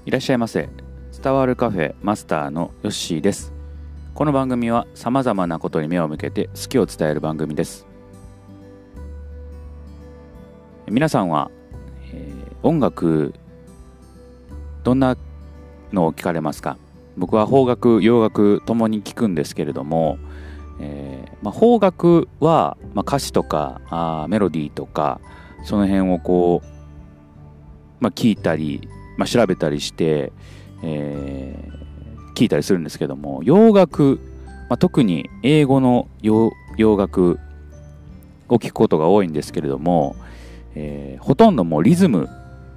いらっしゃいませ。伝わるカフェマスターのヨッシーです。この番組はさまざまなことに目を向けて好きを伝える番組です。皆さんは、音楽どんなのを聞かれますか？僕は邦楽、洋楽ともに聞くんですけれども、邦楽は、歌詞とかメロディーとかその辺を聞いたり、調べたりして、聞いたりするんですけども、洋楽、特に英語の洋楽を聞くことが多いんですけれども、ほとんどもうリズム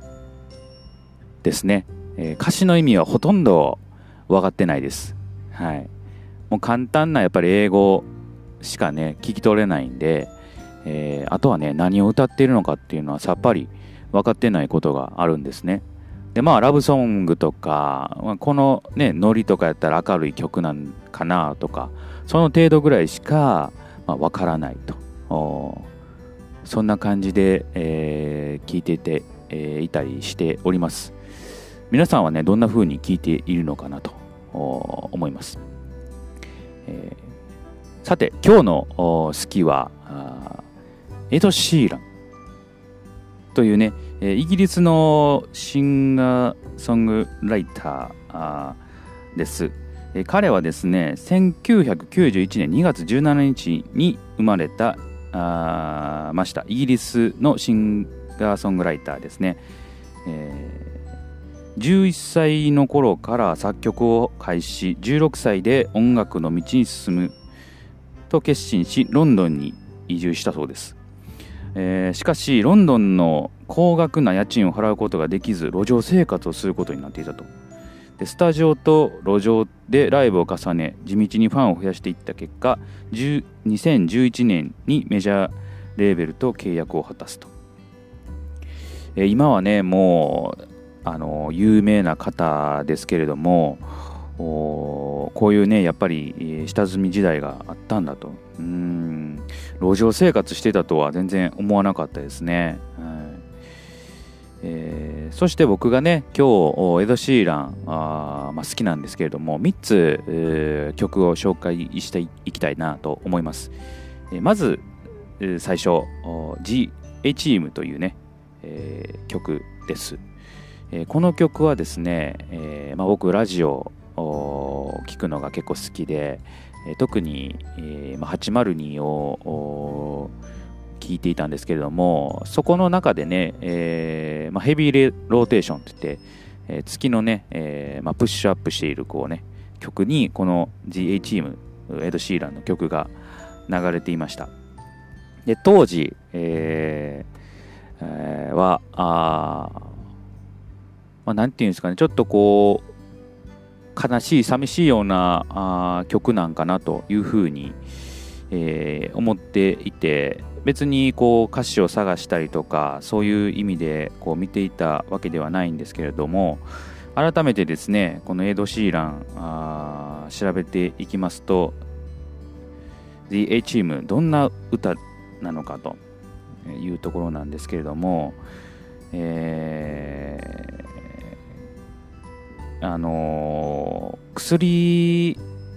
ですね。歌詞の意味はほとんど分かってないです。はい。もう簡単なやっぱり英語しかね聞き取れないんで、あとはね何を歌っているのかっていうのはさっぱり分かってないことがあるんですね。でラブソングとか、このねノリとかやったら明るい曲なんかなとか、その程度ぐらいしか、分からないと、そんな感じで、聞いてて、いたりしております。皆さんはねどんな風に聞いているのかなと思います。さて今日の好きはエド・シーランというね、イギリスのシンガーソングライターです。彼はですね1991年2月17日に生まれたましたイギリスのシンガーソングライターですね。11歳の頃から作曲を開始、16歳で音楽の道に進むと決心しロンドンに移住したそうです。しかしロンドンの高額な家賃を払うことができず路上生活をすることになっていたと。でスタジオと路上でライブを重ね地道にファンを増やしていった結果2011年にメジャーレーベルと契約を果たすと。今はねもう有名な方ですけれども、こういうねやっぱり下積み時代があったんだと。路上生活してたとは全然思わなかったですね。そして僕がね今日エド・シーラン好きなんですけれども3つ、曲を紹介していきたいなと思います。まず、最初 G-A-Team というね、曲です。この曲はですね、僕ラジオを聞くのが結構好きで、特に、802を聞いていたんですけれども、そこの中でね、ヘビーローテーションといって、月のね、プッシュアップしている曲にこの GA チームエド・シーランの曲が流れていました。で当時、はなんていうんですかね、ちょっと悲しい寂しいような曲なんかなというふうに、思っていて、別に歌詞を探したりとかそういう意味で見ていたわけではないんですけれども、改めてですねこのエド・シーラン調べていきますと The A チームどんな歌なのかというところなんですけれども、薬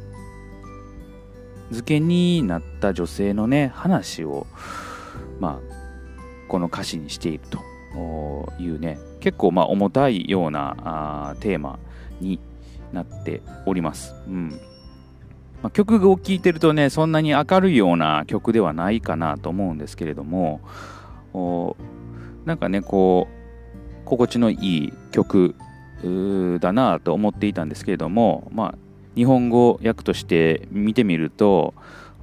漬けになった女性のね話をこの歌詞にしているというね、結構重たいようなテーマになっております。曲を聴いてるとねそんなに明るいような曲ではないかなと思うんですけれども、なんかね心地のいい曲だなと思っていたんですけれども、日本語訳として見てみると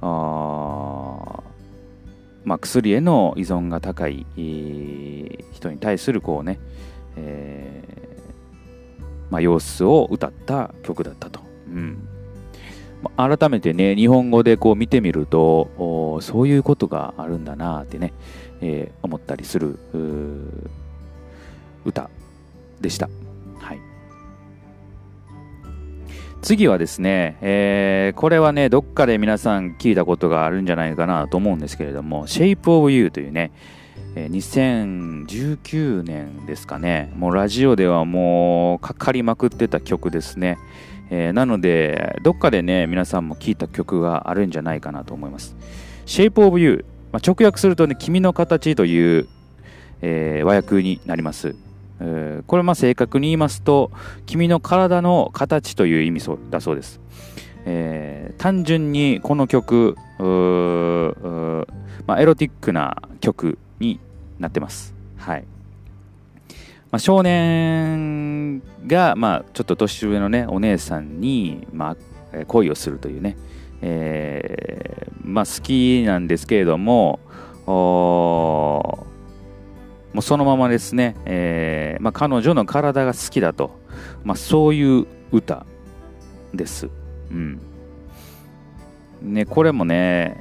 薬への依存が高い、人に対する様子を歌った曲だったと。改めてね日本語で見てみるとそういうことがあるんだなってね、思ったりする歌でした。はい。次はですね、これはねどっかで皆さん聞いたことがあるんじゃないかなと思うんですけれども Shape of You というね、 2019年ですかね。もうラジオではもうかかりまくってた曲ですね。なのでどっかでね皆さんも聴いた曲があるんじゃないかなと思います。 Shape of You、直訳するとね君の形という、和訳になります。これ正確に言いますと君の体の形という意味だそうです。単純にこの曲エロティックな曲になってます。はい。少年が、ちょっと年上のねお姉さんに、恋をするというね、好きなんですけれども、もうそのままですね、彼女の体が好きだと、そういう歌です。ね、これもね、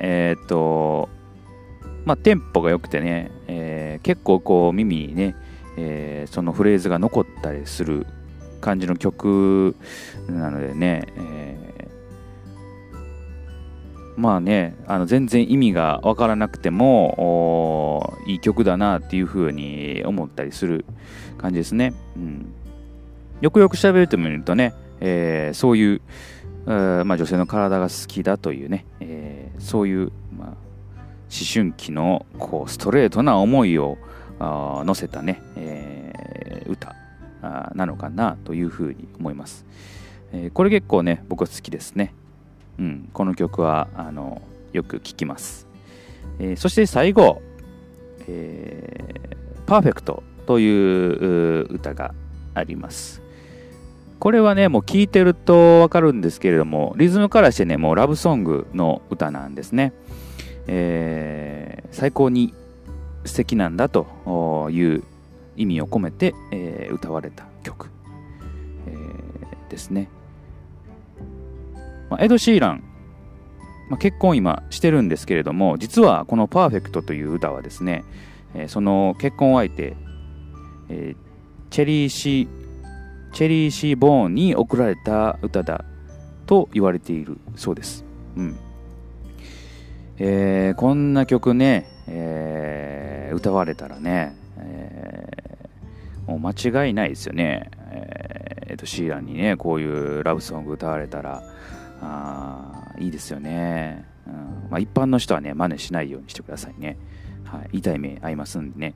テンポが良くてね、結構こう耳にね、そのフレーズが残ったりする感じの曲なのでね、全然意味が分からなくてもいい曲だなっていう風に思ったりする感じですね。よくよく調べてみるとね、そういう、女性の体が好きだというね、そういう、思春期のこうストレートな思いを乗せたね、歌なのかなというふうに思います。これ結構ね僕は好きですね。この曲はよく聴きます。そして最後、パーフェクトという歌があります。これはねもう聴いてるとわかるんですけれども、リズムからしてねもうラブソングの歌なんですね。最高に素敵なんだという意味を込めて、歌われた曲、ですね。エド・シーラン、結婚今してるんですけれども、実はこのパーフェクトという歌はですね、その結婚相手、チェリーシー・ボーンに贈られた歌だと言われているそうです。こんな曲ね、歌われたらね、もう間違いないですよね。エド・シーランにねこういうラブソング歌われたらいいですよね。一般の人はね真似しないようにしてくださいね。痛い目合いますんでね。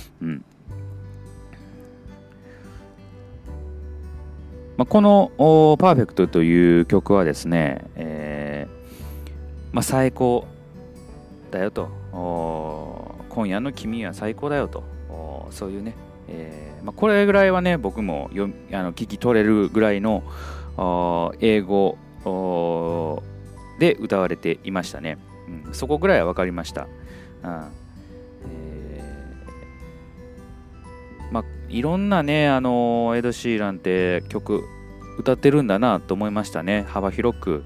このパーフェクトという曲はですね、最高だよと、今夜の君は最高だよと、そういうね、これぐらいはね僕も聞き取れるぐらいの英語で歌われていましたね。そこぐらいは分かりました。いろんなねエド・シーランって曲歌ってるんだなと思いましたね。幅広く。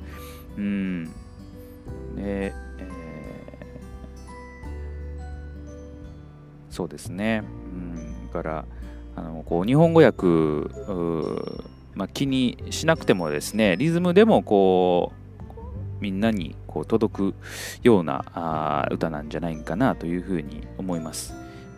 そうですね。だからこう日本語訳気にしなくてもですね、リズムでもこうみんなにこう届くような歌なんじゃないかなというふうに思います。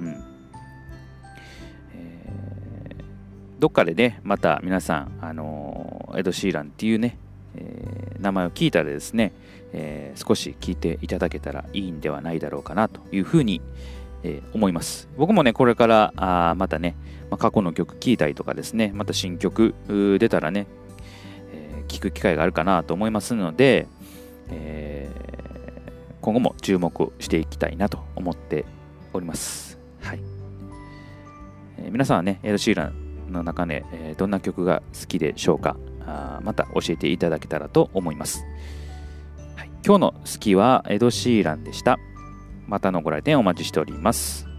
どっかでねまた皆さんエド・シーランっていうね、名前を聞いたらですね、少し聞いていただけたらいいんではないだろうかなというふうに、思います。僕もねこれからまたね、過去の曲聴いたりとかですね、また新曲出たらね、聴く機会があるかなと思いますので、今後も注目していきたいなと思っております。皆さんはねエド・シーランの中で、どんな曲が好きでしょうか。また教えていただけたらと思います。今日の好きはエド・シーランでした。またのご来店お待ちしております。